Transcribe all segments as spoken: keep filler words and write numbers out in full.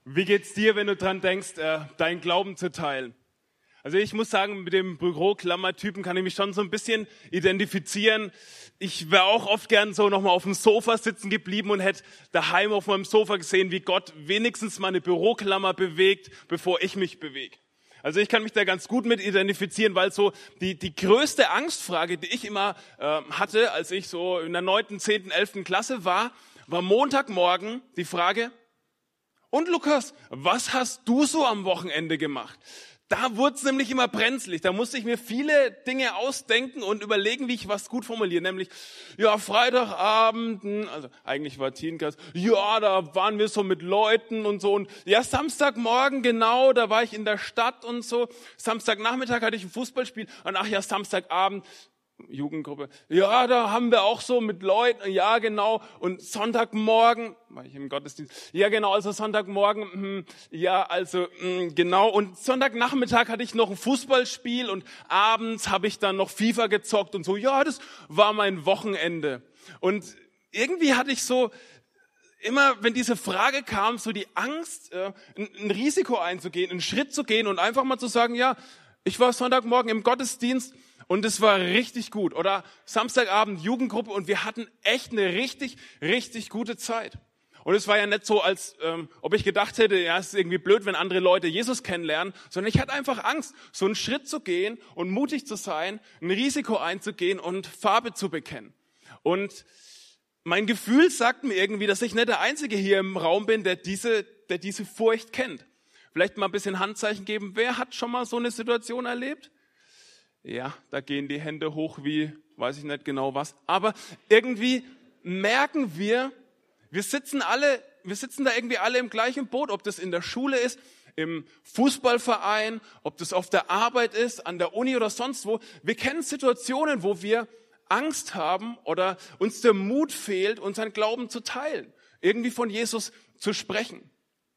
Wie geht's dir, wenn du dran denkst, äh, deinen Glauben zu teilen? Also ich muss sagen, mit dem Büroklammertypen kann ich mich schon so ein bisschen identifizieren. Ich wäre auch oft gern so nochmal auf dem Sofa sitzen geblieben und hätte daheim auf meinem Sofa gesehen, wie Gott wenigstens mal eine Büroklammer bewegt, bevor ich mich bewege. Also ich kann mich da ganz gut mit identifizieren, weil so die die größte Angstfrage, die ich immer äh, hatte, als ich so in der neunten, zehnten, elften Klasse war, war Montagmorgen die Frage: Und Lukas, was hast du so am Wochenende gemacht? Da wurde es nämlich immer brenzlig. Da musste ich mir viele Dinge ausdenken und überlegen, wie ich was gut formuliere. Nämlich, ja, Freitagabend, also eigentlich war Teencast, ja, da waren wir so mit Leuten und so. Und ja, Samstagmorgen, genau, da war ich in der Stadt und so. Samstagnachmittag hatte ich ein Fußballspiel. Und ach ja, Samstagabend, Jugendgruppe, ja, da haben wir auch so mit Leuten, ja genau, und Sonntagmorgen, war ich im Gottesdienst, ja genau, also Sonntagmorgen, hm, ja, also hm, genau, und Sonntagnachmittag hatte ich noch ein Fußballspiel und abends habe ich dann noch FIFA gezockt und so, ja, das war mein Wochenende. Und irgendwie hatte ich so, immer wenn diese Frage kam, so die Angst, äh, ein, ein Risiko einzugehen, einen Schritt zu gehen und einfach mal zu sagen, ja, ich war Sonntagmorgen im Gottesdienst, und es war richtig gut. Oder Samstagabend Jugendgruppe und wir hatten echt eine richtig, richtig gute Zeit. Und es war ja nicht so, als ähm, ob ich gedacht hätte, ja, es ist irgendwie blöd, wenn andere Leute Jesus kennenlernen, sondern ich hatte einfach Angst, so einen Schritt zu gehen und mutig zu sein, ein Risiko einzugehen und Farbe zu bekennen. Und mein Gefühl sagt mir irgendwie, dass ich nicht der Einzige hier im Raum bin, der diese, der diese Furcht kennt. Vielleicht mal ein bisschen Handzeichen geben. Wer hat schon mal so eine Situation erlebt? Ja, da gehen die Hände hoch wie, weiß ich nicht genau was. Aber irgendwie merken wir, wir sitzen alle, wir sitzen da irgendwie alle im gleichen Boot. Ob das in der Schule ist, im Fußballverein, ob das auf der Arbeit ist, an der Uni oder sonst wo. Wir kennen Situationen, wo wir Angst haben oder uns der Mut fehlt, unseren Glauben zu teilen. Irgendwie von Jesus zu sprechen.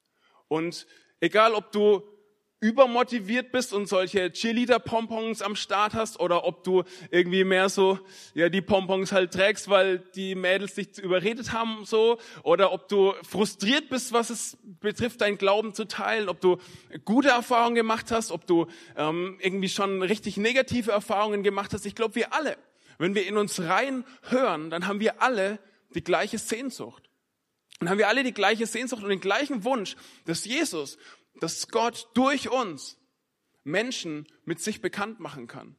Und egal, ob du übermotiviert bist und solche Cheerleader-Pompons am Start hast oder ob du irgendwie mehr so ja die Pompons halt trägst, weil die Mädels dich überredet haben so, oder ob du frustriert bist, was es betrifft, deinen Glauben zu teilen, ob du gute Erfahrungen gemacht hast, ob du ähm, irgendwie schon richtig negative Erfahrungen gemacht hast. Ich glaube, wir alle, wenn wir in uns rein hören, dann haben wir alle die gleiche Sehnsucht. Dann haben wir alle die gleiche Sehnsucht und den gleichen Wunsch, dass Jesus, dass Gott durch uns Menschen mit sich bekannt machen kann.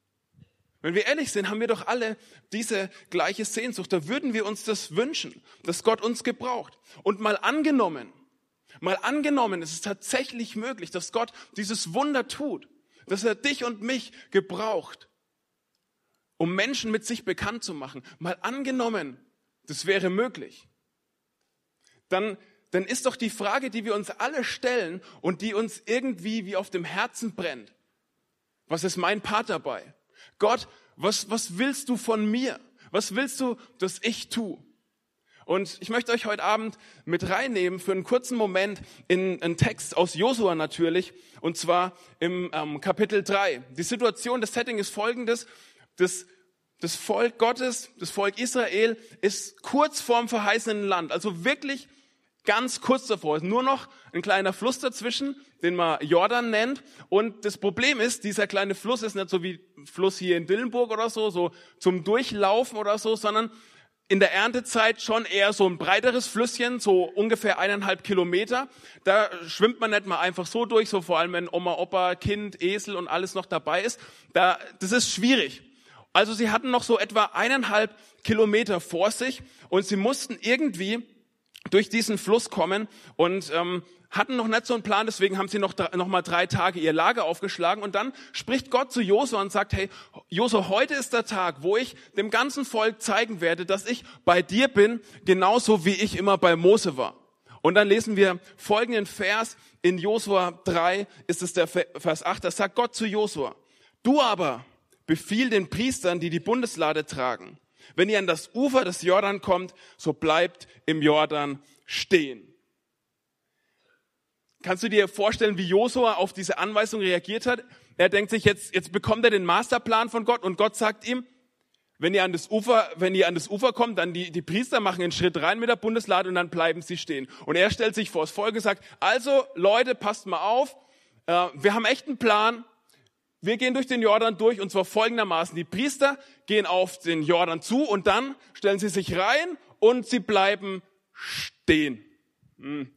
Wenn wir ehrlich sind, haben wir doch alle diese gleiche Sehnsucht. Da würden wir uns das wünschen, dass Gott uns gebraucht. Und mal angenommen, mal angenommen, es ist tatsächlich möglich, dass Gott dieses Wunder tut, dass er dich und mich gebraucht, um Menschen mit sich bekannt zu machen. Mal angenommen, das wäre möglich. Dann Dann ist doch die Frage, die wir uns alle stellen und die uns irgendwie wie auf dem Herzen brennt: Was ist mein Part dabei? Gott, was, was willst du von mir? Was willst du, dass ich tue? Und ich möchte euch heute Abend mit reinnehmen für einen kurzen Moment in einen Text aus Josua natürlich, und zwar im ähm, Kapitel drei. Die Situation, das Setting ist folgendes: Das Das Volk Gottes, das Volk Israel ist kurz vorm verheißenen Land, also wirklich ganz kurz davor. Ist nur noch ein kleiner Fluss dazwischen, den man Jordan nennt. Und das Problem ist, dieser kleine Fluss ist nicht so wie Fluss hier in Dillenburg oder so, so zum Durchlaufen oder so, sondern in der Erntezeit schon eher so ein breiteres Flüsschen, so ungefähr eineinhalb Kilometer. Da schwimmt man nicht mal einfach so durch, so vor allem wenn Oma, Opa, Kind, Esel und alles noch dabei ist. Da, das ist schwierig. Also sie hatten noch so etwa eineinhalb Kilometer vor sich und sie mussten irgendwie durch diesen Fluss kommen und ähm, hatten noch nicht so einen Plan, deswegen haben sie noch, noch mal drei Tage ihr Lager aufgeschlagen. Und dann spricht Gott zu Josua und sagt: Hey, Josua, heute ist der Tag, wo ich dem ganzen Volk zeigen werde, dass ich bei dir bin, genauso wie ich immer bei Mose war. Und dann lesen wir folgenden Vers in Josua drei, ist es der Vers acht, da sagt Gott zu Josua: Du aber befiehl den Priestern, die die Bundeslade tragen: Wenn ihr an das Ufer des Jordan kommt, so bleibt im Jordan stehen. Kannst du dir vorstellen, wie Josua auf diese Anweisung reagiert hat? Er denkt sich, jetzt, jetzt bekommt er den Masterplan von Gott und Gott sagt ihm: wenn ihr an das Ufer, wenn ihr an das Ufer kommt, dann die, die Priester machen einen Schritt rein mit der Bundeslade und dann bleiben sie stehen. Und er stellt sich vor das Volk und sagt, also Leute, passt mal auf, äh, wir haben echt einen Plan. Wir gehen durch den Jordan durch und zwar folgendermaßen. Die Priester gehen auf den Jordan zu und dann stellen sie sich rein und sie bleiben stehen. Hm.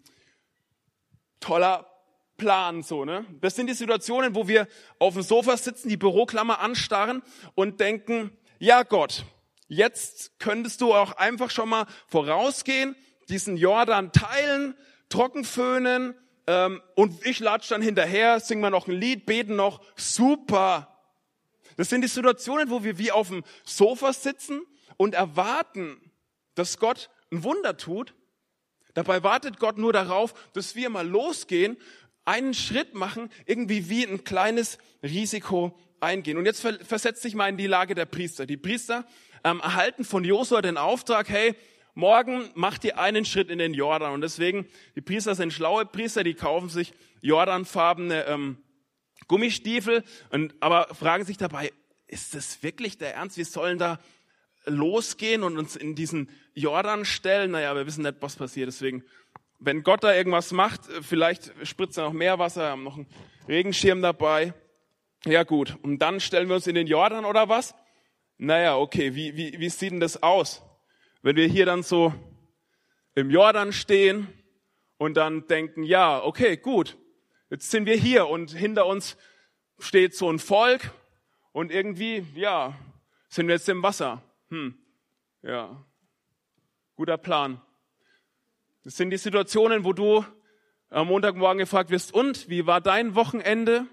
Toller Plan, so, ne? Das sind die Situationen, wo wir auf dem Sofa sitzen, die Büroklammer anstarren und denken, ja Gott, jetzt könntest du auch einfach schon mal vorausgehen, diesen Jordan teilen, trockenföhnen, ähm, und ich latsch dann hinterher, singen wir noch ein Lied, beten noch, super. Das sind die Situationen, wo wir wie auf dem Sofa sitzen und erwarten, dass Gott ein Wunder tut. Dabei wartet Gott nur darauf, dass wir mal losgehen, einen Schritt machen, irgendwie wie ein kleines Risiko eingehen. Und jetzt versetzt sich mal in die Lage der Priester. Die Priester ähm, erhalten von Josua den Auftrag, hey, morgen macht ihr einen Schritt in den Jordan. Und deswegen, die Priester sind schlaue Priester, die kaufen sich jordanfarbene ähm, Gummistiefel, und, aber fragen sich dabei, ist das wirklich der Ernst? Wir sollen da losgehen und uns in diesen Jordan stellen? Naja, wir wissen nicht, was passiert. Deswegen, wenn Gott da irgendwas macht, vielleicht spritzt er noch mehr Wasser, wir haben noch einen Regenschirm dabei. Ja gut, und dann stellen wir uns in den Jordan oder was? Naja, okay, wie, wie, wie sieht denn das aus? Wenn wir hier dann so im Jordan stehen und dann denken, ja, okay, gut, jetzt sind wir hier und hinter uns steht so ein Volk und irgendwie, ja, sind wir jetzt im Wasser. Hm, ja, guter Plan. Das sind die Situationen, wo du am Montagmorgen gefragt wirst, und, wie war dein Wochenende?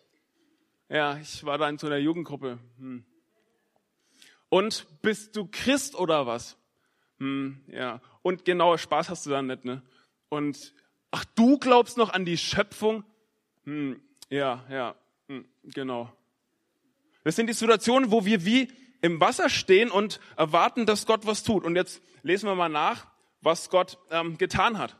Ja, ich war da in so einer Jugendgruppe. Hm. Und, bist du Christ oder was? Hm, ja, und genau, Spaß hast du dann nicht, ne? Und, ach, du glaubst noch an die Schöpfung? Hm, ja, ja, hm, genau. Das sind die Situationen, wo wir wie im Wasser stehen und erwarten, dass Gott was tut. Und jetzt lesen wir mal nach, was Gott ähm, getan hat.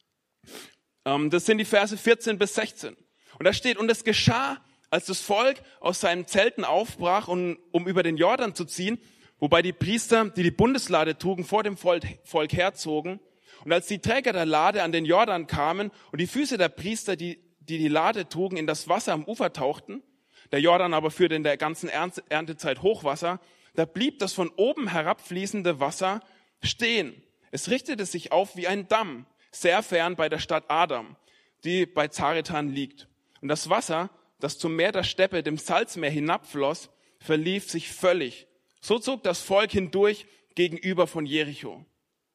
Ähm, das sind die Verse vierzehn bis sechzehn. Und da steht, und es geschah, als das Volk aus seinen Zelten aufbrach, um, um über den Jordan zu ziehen, wobei die Priester, die die Bundeslade trugen, vor dem Volk, Volk herzogen. Und als die Träger der Lade an den Jordan kamen und die Füße der Priester, die die, die Lade trugen, in das Wasser am Ufer tauchten, der Jordan aber führte in der ganzen Erntezeit Hochwasser, da blieb das von oben herabfließende Wasser stehen. Es richtete sich auf wie ein Damm, sehr fern bei der Stadt Adam, die bei Zaretan liegt. Und das Wasser, das zum Meer der Steppe, dem Salzmeer hinabfloss, verlief sich völlig. So zog das Volk hindurch gegenüber von Jericho.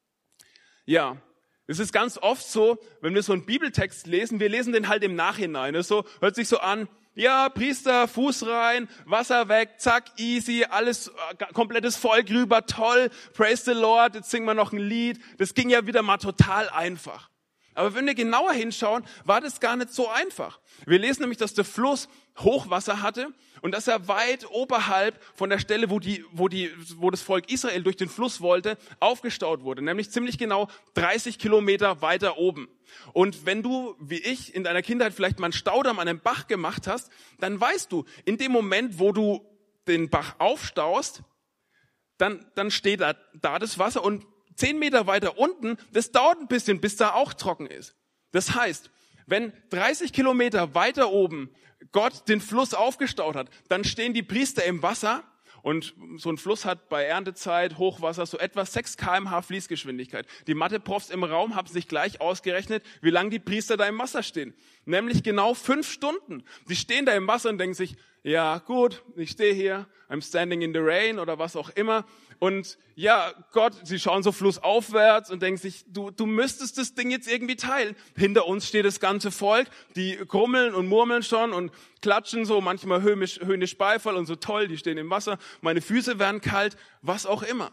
Ja, es ist ganz oft so, wenn wir so einen Bibeltext lesen, wir lesen den halt im Nachhinein. Es so, hört sich so an, ja, Priester, Fuß rein, Wasser weg, zack, easy, alles, komplettes Volk rüber, toll, praise the Lord, jetzt singen wir noch ein Lied. Das ging ja wieder mal total einfach. Aber wenn wir genauer hinschauen, war das gar nicht so einfach. Wir lesen nämlich, dass der Fluss Hochwasser hatte und dass er weit oberhalb von der Stelle, wo die, wo die, wo das Volk Israel durch den Fluss wollte, aufgestaut wurde. Nämlich ziemlich genau dreißig Kilometer weiter oben. Und wenn du, wie ich, in deiner Kindheit vielleicht mal einen Staudamm an einem Bach gemacht hast, dann weißt du, in dem Moment, wo du den Bach aufstaust, dann, dann steht da, da das Wasser und zehn Meter weiter unten, das dauert ein bisschen, bis da auch trocken ist. Das heißt, wenn dreißig Kilometer weiter oben Gott den Fluss aufgestaut hat, dann stehen die Priester im Wasser und so ein Fluss hat bei Erntezeit, Hochwasser so etwa sechs Kilometer pro Stunde Fließgeschwindigkeit. Die Mathe-Profs im Raum haben sich gleich ausgerechnet, wie lange die Priester da im Wasser stehen. Nämlich genau fünf Stunden. Die stehen da im Wasser und denken sich, ja gut, ich stehe hier, I'm standing in the rain oder was auch immer. Und ja, Gott, sie schauen so flussaufwärts und denken sich, du, du müsstest das Ding jetzt irgendwie teilen. Hinter uns steht das ganze Volk, die grummeln und murmeln schon und klatschen so, manchmal höhnisch, höhnisch Beifall und so toll, die stehen im Wasser, meine Füße werden kalt, was auch immer.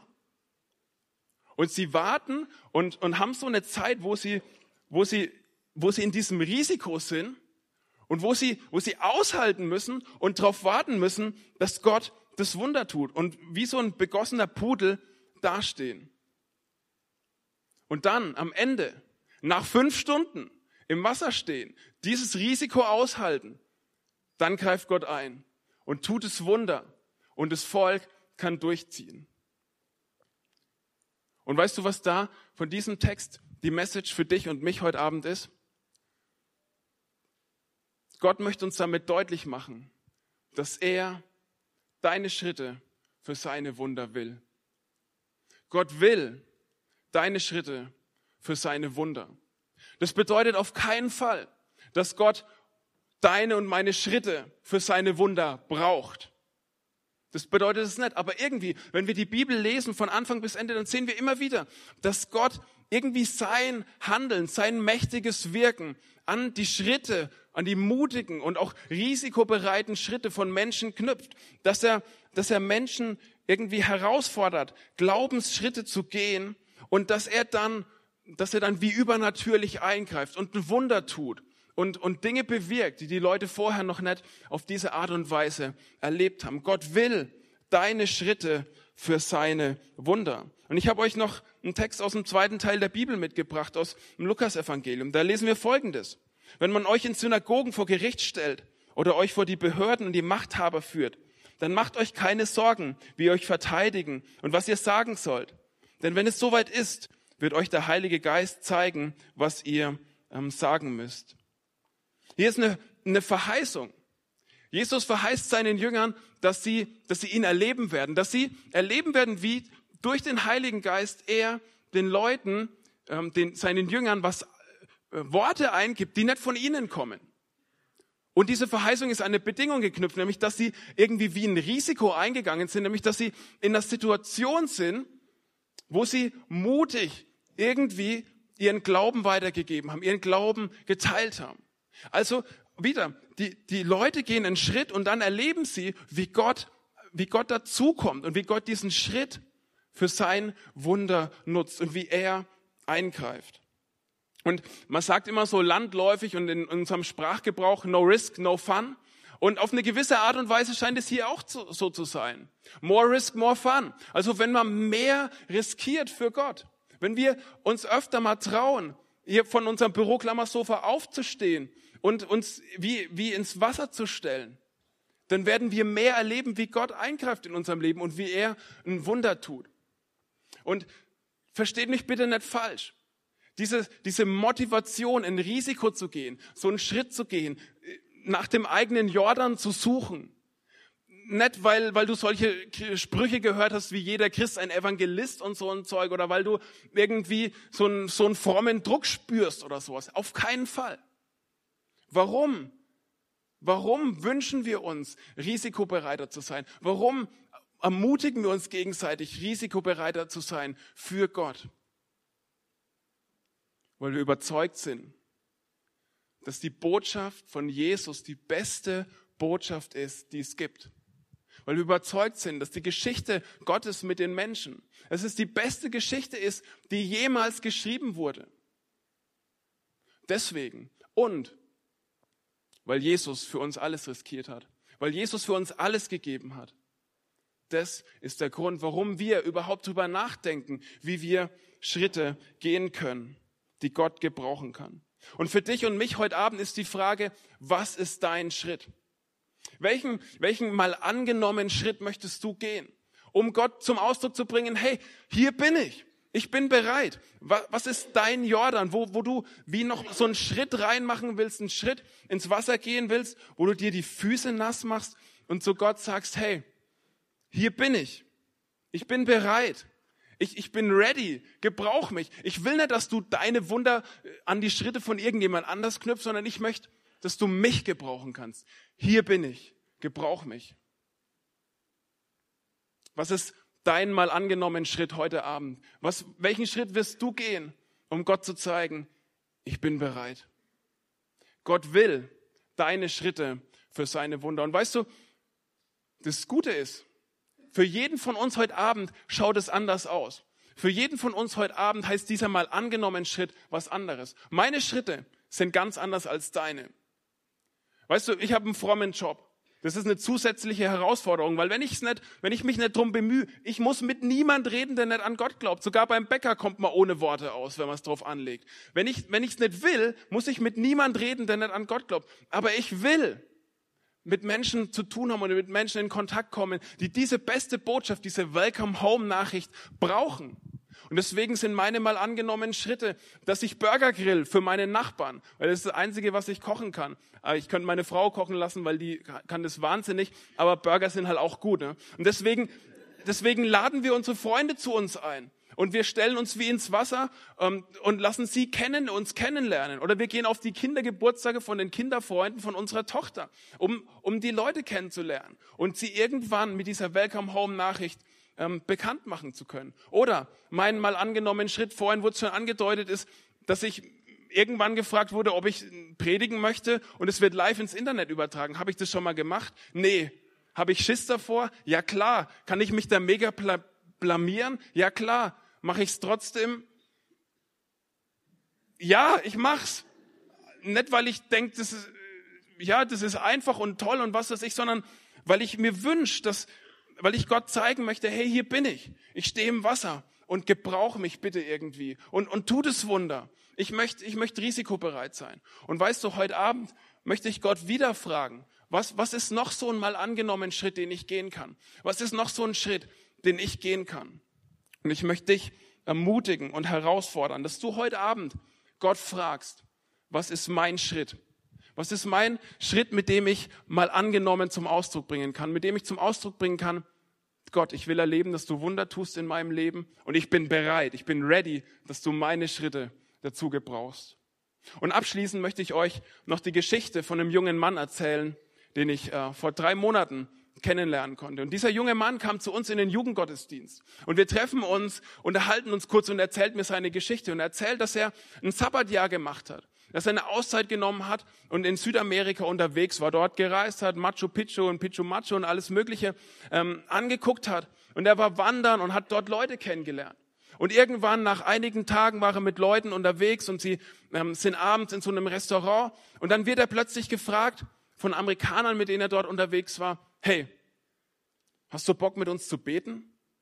Und sie warten und, und haben so eine Zeit, wo sie, wo sie, wo sie in diesem Risiko sind und wo sie, wo sie aushalten müssen und darauf warten müssen, dass Gott das Wunder tut und wie so ein begossener Pudel dastehen. Und dann am Ende, nach fünf Stunden im Wasser stehen, dieses Risiko aushalten, dann greift Gott ein und tut das Wunder und das Volk kann durchziehen. Und weißt du, was da von diesem Text die Message für dich und mich heute Abend ist? Gott möchte uns damit deutlich machen, dass er deine Schritte für seine Wunder will. Gott will deine Schritte für seine Wunder. Das bedeutet auf keinen Fall, dass Gott deine und meine Schritte für seine Wunder braucht. Das bedeutet es nicht. Aber irgendwie, wenn wir die Bibel lesen von Anfang bis Ende, dann sehen wir immer wieder, dass Gott irgendwie sein Handeln, sein mächtiges Wirken an die Schritte, an die mutigen und auch risikobereiten Schritte von Menschen knüpft. Dass er, dass er Menschen irgendwie herausfordert, Glaubensschritte zu gehen und dass er dann, dass er dann wie übernatürlich eingreift und ein Wunder tut und, und Dinge bewirkt, die die Leute vorher noch nicht auf diese Art und Weise erlebt haben. Gott will deine Schritte für seine Wunder. Und ich habe euch noch einen Text aus dem zweiten Teil der Bibel mitgebracht, aus dem Lukas-Evangelium. Da lesen wir Folgendes. Wenn man euch in Synagogen vor Gericht stellt oder euch vor die Behörden und die Machthaber führt, dann macht euch keine Sorgen, wie ihr euch verteidigen und was ihr sagen sollt. Denn wenn es soweit ist, wird euch der Heilige Geist zeigen, was ihr ähm, sagen müsst. Hier ist eine, eine Verheißung. Jesus verheißt seinen Jüngern, dass sie, dass sie ihn erleben werden, dass sie erleben werden, wie durch den Heiligen Geist er den Leuten, ähm, den, seinen Jüngern, was äh, Worte eingibt, die nicht von ihnen kommen. Und diese Verheißung ist an eine Bedingung geknüpft, nämlich, dass sie irgendwie wie ein Risiko eingegangen sind, nämlich, dass sie in einer Situation sind, wo sie mutig irgendwie ihren Glauben weitergegeben haben, ihren Glauben geteilt haben. Also wieder, die, die Leute gehen einen Schritt und dann erleben sie, wie Gott, wie Gott dazukommt und wie Gott diesen Schritt für sein Wunder nutzt und wie er eingreift. Und man sagt immer so landläufig und in unserem Sprachgebrauch, no risk, no fun. Und auf eine gewisse Art und Weise scheint es hier auch so, so zu sein. More risk, more fun. Also wenn man mehr riskiert für Gott, wenn wir uns öfter mal trauen, hier von unserem Büroklammersofa aufzustehen und uns wie, wie ins Wasser zu stellen, dann werden wir mehr erleben, wie Gott eingreift in unserem Leben und wie er ein Wunder tut. Und versteht mich bitte nicht falsch. Diese, diese Motivation, ein Risiko zu gehen, so einen Schritt zu gehen, nach dem eigenen Jordan zu suchen. Nicht, weil, weil du solche Sprüche gehört hast, wie jeder Christ ein Evangelist und so ein Zeug, oder weil du irgendwie so einen, so einen frommen Druck spürst oder sowas. Auf keinen Fall. Warum? Warum wünschen wir uns, risikobereiter zu sein? Warum ermutigen wir uns gegenseitig, risikobereiter zu sein für Gott? Weil wir überzeugt sind, dass die Botschaft von Jesus die beste Botschaft ist, die es gibt. Weil wir überzeugt sind, dass die Geschichte Gottes mit den Menschen, dass es die beste Geschichte ist, die jemals geschrieben wurde. Deswegen und weil Jesus für uns alles riskiert hat, weil Jesus für uns alles gegeben hat. Das ist der Grund, warum wir überhaupt darüber nachdenken, wie wir Schritte gehen können, die Gott gebrauchen kann. Und für dich und mich heute Abend ist die Frage, was ist dein Schritt? Welchen, welchen mal angenommenen Schritt möchtest du gehen, um Gott zum Ausdruck zu bringen, hey, hier bin ich, ich bin bereit. Was ist dein Jordan, wo, wo du wie noch so einen Schritt reinmachen willst, einen Schritt ins Wasser gehen willst, wo du dir die Füße nass machst und zu Gott sagst, hey, hier bin ich, ich bin bereit. Ich, ich bin ready, gebrauch mich. Ich will nicht, dass du deine Wunder an die Schritte von irgendjemand anders knüpfst, sondern ich möchte, dass du mich gebrauchen kannst. Hier bin ich, gebrauch mich. Was ist dein mal angenommener Schritt heute Abend? Was, welchen Schritt wirst du gehen, um Gott zu zeigen, ich bin bereit? Gott will deine Schritte für seine Wunder. Und weißt du, das Gute ist, für jeden von uns heute Abend schaut es anders aus. Für jeden von uns heute Abend heißt dieser mal angenommenen Schritt was anderes. Meine Schritte sind ganz anders als deine. Weißt du, ich habe einen frommen Job. Das ist eine zusätzliche Herausforderung, weil wenn ich nicht, wenn ich mich nicht drum bemühe, ich muss mit niemand reden, der nicht an Gott glaubt. Sogar beim Bäcker kommt man ohne Worte aus, wenn man es drauf anlegt. Wenn ich, wenn ich es nicht will, muss ich mit niemand reden, der nicht an Gott glaubt. Aber ich will mit Menschen zu tun haben und mit Menschen in Kontakt kommen, die diese beste Botschaft, diese Welcome-Home-Nachricht brauchen. Und deswegen sind meine mal angenommenen Schritte, dass ich Burger grill für meine Nachbarn, weil das ist das Einzige, was ich kochen kann. Ich könnte meine Frau kochen lassen, weil die kann das wahnsinnig, aber Burger sind halt auch gut. Ne? Und deswegen, deswegen laden wir unsere Freunde zu uns ein. Und wir stellen uns wie ins Wasser ähm, und lassen sie kennen, uns kennenlernen. Oder wir gehen auf die Kindergeburtstage von den Kinderfreunden von unserer Tochter, um, um die Leute kennenzulernen und sie irgendwann mit dieser Welcome-Home-Nachricht ähm, bekannt machen zu können. Oder mein mal angenommenen Schritt, vorhin wurde es schon angedeutet, ist, dass ich irgendwann gefragt wurde, ob ich predigen möchte und es wird live ins Internet übertragen. Habe ich das schon mal gemacht? Nee. Habe ich Schiss davor? Ja klar. Kann ich mich da mega bla- blamieren? Ja klar. Mache ich es trotzdem? Ja, ich mach's. Nicht, weil ich denke, das ist, ja, das ist einfach und toll und was weiß ich, sondern weil ich mir wünsche, dass, weil ich Gott zeigen möchte, hey, hier bin ich. Ich stehe im Wasser und gebrauche mich bitte irgendwie und, und tu das Wunder. Ich möchte, ich möchte risikobereit sein. Und weißt du, heute Abend möchte ich Gott wieder fragen, was, was ist noch so ein mal angenommenen Schritt, den ich gehen kann? Was ist noch so ein Schritt, den ich gehen kann? Und ich möchte dich ermutigen und herausfordern, dass du heute Abend Gott fragst, was ist mein Schritt? Was ist mein Schritt, mit dem ich mal angenommen zum Ausdruck bringen kann, mit dem ich zum Ausdruck bringen kann, Gott, ich will erleben, dass du Wunder tust in meinem Leben und ich bin bereit, ich bin ready, dass du meine Schritte dazu gebrauchst. Und abschließend möchte ich euch noch die Geschichte von einem jungen Mann erzählen, den ich äh, vor drei Monaten kennenlernen konnte. Und dieser junge Mann kam zu uns in den Jugendgottesdienst. Und wir treffen uns, unterhalten uns kurz und er erzählt mir seine Geschichte. Und er erzählt, dass er ein Sabbatjahr gemacht hat, dass er eine Auszeit genommen hat und in Südamerika unterwegs war, dort gereist hat, Machu Picchu und Pichu Machu und alles Mögliche ähm, angeguckt hat. Und er war wandern und hat dort Leute kennengelernt. Und irgendwann, nach einigen Tagen, war er mit Leuten unterwegs und sie ähm, sind abends in so einem Restaurant. Und dann wird er plötzlich gefragt von Amerikanern, mit denen er dort unterwegs war, hey, hast du Bock mit uns zu beten?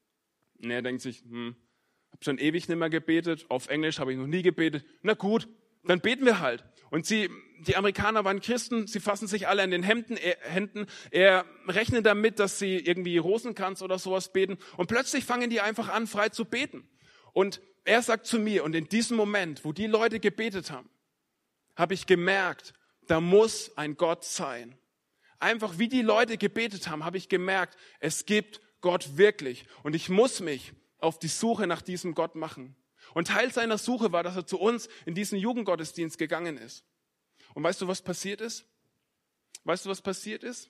Und er denkt sich, hm, hab schon ewig nicht mehr gebetet, auf Englisch habe ich noch nie gebetet. Na gut, dann beten wir halt. Und sie, die Amerikaner waren Christen, sie fassen sich alle an den Händen, er, Händen. Er rechnet damit, dass sie irgendwie Rosenkranz oder sowas beten. Und plötzlich fangen die einfach an, frei zu beten. Und er sagt zu mir, und in diesem Moment, wo die Leute gebetet haben, habe ich gemerkt, da muss ein Gott sein. Einfach wie die Leute gebetet haben, habe ich gemerkt, es gibt Gott wirklich. Und ich muss mich auf die Suche nach diesem Gott machen. Und Teil seiner Suche war, dass er zu uns in diesen Jugendgottesdienst gegangen ist. Und weißt du, was passiert ist? Weißt du, was passiert ist?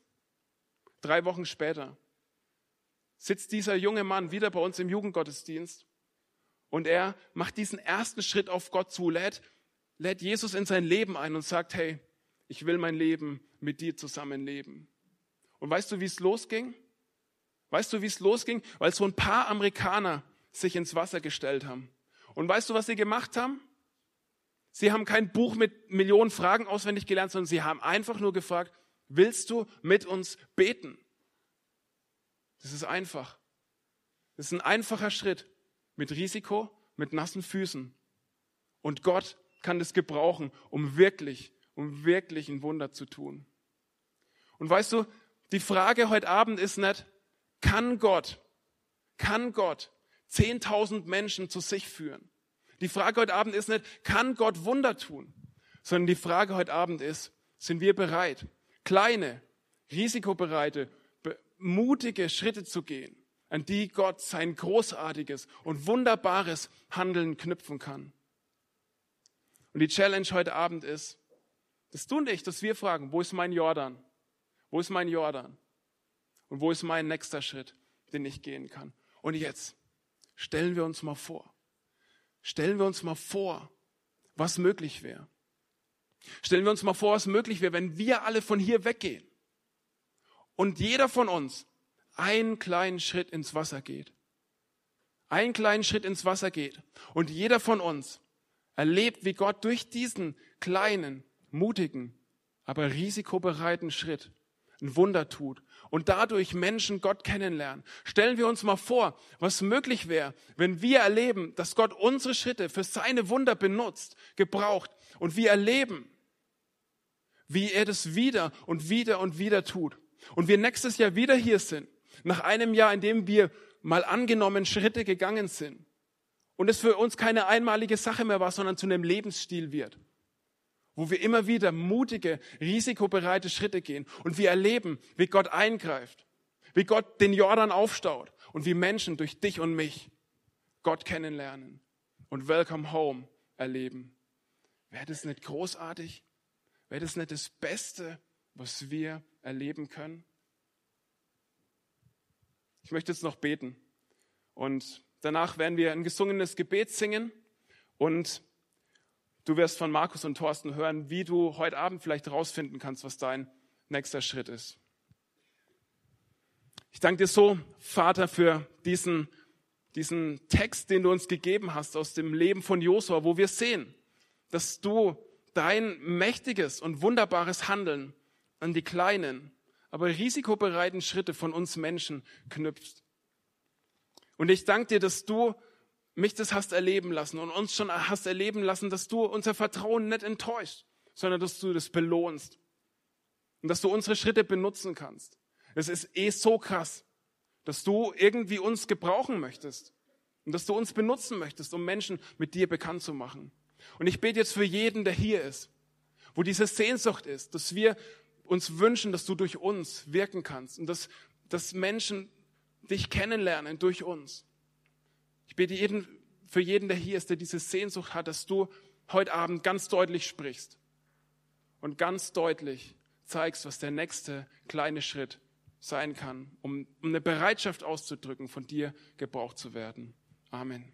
Drei Wochen später sitzt dieser junge Mann wieder bei uns im Jugendgottesdienst und er macht diesen ersten Schritt auf Gott zu, lädt, lädt Jesus in sein Leben ein und sagt, hey, ich will mein Leben mit dir zusammen leben. Und weißt du, wie es losging? Weißt du, wie es losging? Weil so ein paar Amerikaner sich ins Wasser gestellt haben. Und weißt du, was sie gemacht haben? Sie haben kein Buch mit Millionen Fragen auswendig gelernt, sondern sie haben einfach nur gefragt, willst du mit uns beten? Das ist einfach. Das ist ein einfacher Schritt mit Risiko, mit nassen Füßen. Und Gott kann das gebrauchen, um wirklich, um wirklich ein Wunder zu tun. Und weißt du, die Frage heute Abend ist nicht, kann Gott, kann Gott zehntausend Menschen zu sich führen? Die Frage heute Abend ist nicht, kann Gott Wunder tun? Sondern die Frage heute Abend ist, sind wir bereit, kleine, risikobereite, mutige Schritte zu gehen, an die Gott sein großartiges und wunderbares Handeln knüpfen kann? Und die Challenge heute Abend ist, dass du und ich, dass wir fragen, wo ist mein Jordan? Wo ist mein Jordan? Und wo ist mein nächster Schritt, den ich gehen kann? Und jetzt stellen wir uns mal vor, stellen wir uns mal vor, was möglich wäre. Stellen wir uns mal vor, was möglich wäre, wenn wir alle von hier weggehen und jeder von uns einen kleinen Schritt ins Wasser geht. Einen kleinen Schritt ins Wasser geht. Und jeder von uns erlebt, wie Gott durch diesen kleinen, mutigen, aber risikobereiten Schritt ein Wunder tut und dadurch Menschen Gott kennenlernen. Stellen wir uns mal vor, was möglich wäre, wenn wir erleben, dass Gott unsere Schritte für seine Wunder benutzt, gebraucht und wir erleben, wie er das wieder und wieder und wieder tut. Und wir nächstes Jahr wieder hier sind, nach einem Jahr, in dem wir mal angenommen Schritte gegangen sind. Und es für uns keine einmalige Sache mehr war, sondern zu einem Lebensstil wird. Wo wir immer wieder mutige, risikobereite Schritte gehen und wir erleben, wie Gott eingreift, wie Gott den Jordan aufstaut und wie Menschen durch dich und mich Gott kennenlernen und Welcome Home erleben. Wäre das nicht großartig? Wäre das nicht das Beste, was wir erleben können? Ich möchte jetzt noch beten und danach werden wir ein gesungenes Gebet singen und du wirst von Markus und Thorsten hören, wie du heute Abend vielleicht herausfinden kannst, was dein nächster Schritt ist. Ich danke dir so, Vater, für diesen, diesen Text, den du uns gegeben hast aus dem Leben von Josua, wo wir sehen, dass du dein mächtiges und wunderbares Handeln an die kleinen, aber risikobereiten Schritte von uns Menschen knüpfst. Und ich danke dir, dass du mich das hast erleben lassen und uns schon hast erleben lassen, dass du unser Vertrauen nicht enttäuscht, sondern dass du das belohnst und dass du unsere Schritte benutzen kannst. Es ist eh so krass, dass du irgendwie uns gebrauchen möchtest und dass du uns benutzen möchtest, um Menschen mit dir bekannt zu machen. Und ich bete jetzt für jeden, der hier ist, wo diese Sehnsucht ist, dass wir uns wünschen, dass du durch uns wirken kannst und dass, dass Menschen dich kennenlernen durch uns. Ich bete jeden, für jeden, der hier ist, der diese Sehnsucht hat, dass du heute Abend ganz deutlich sprichst und ganz deutlich zeigst, was der nächste kleine Schritt sein kann, um, um eine Bereitschaft auszudrücken, von dir gebraucht zu werden. Amen.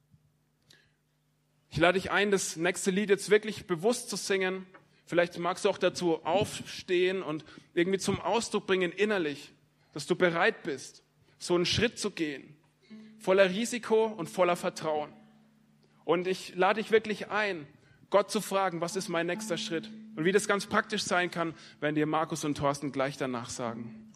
Ich lade dich ein, das nächste Lied jetzt wirklich bewusst zu singen. Vielleicht magst du auch dazu aufstehen und irgendwie zum Ausdruck bringen innerlich, dass du bereit bist, so einen Schritt zu gehen, voller Risiko und voller Vertrauen. Und ich lade dich wirklich ein, Gott zu fragen, was ist mein nächster Schritt? Und wie das ganz praktisch sein kann, werden dir Markus und Thorsten gleich danach sagen.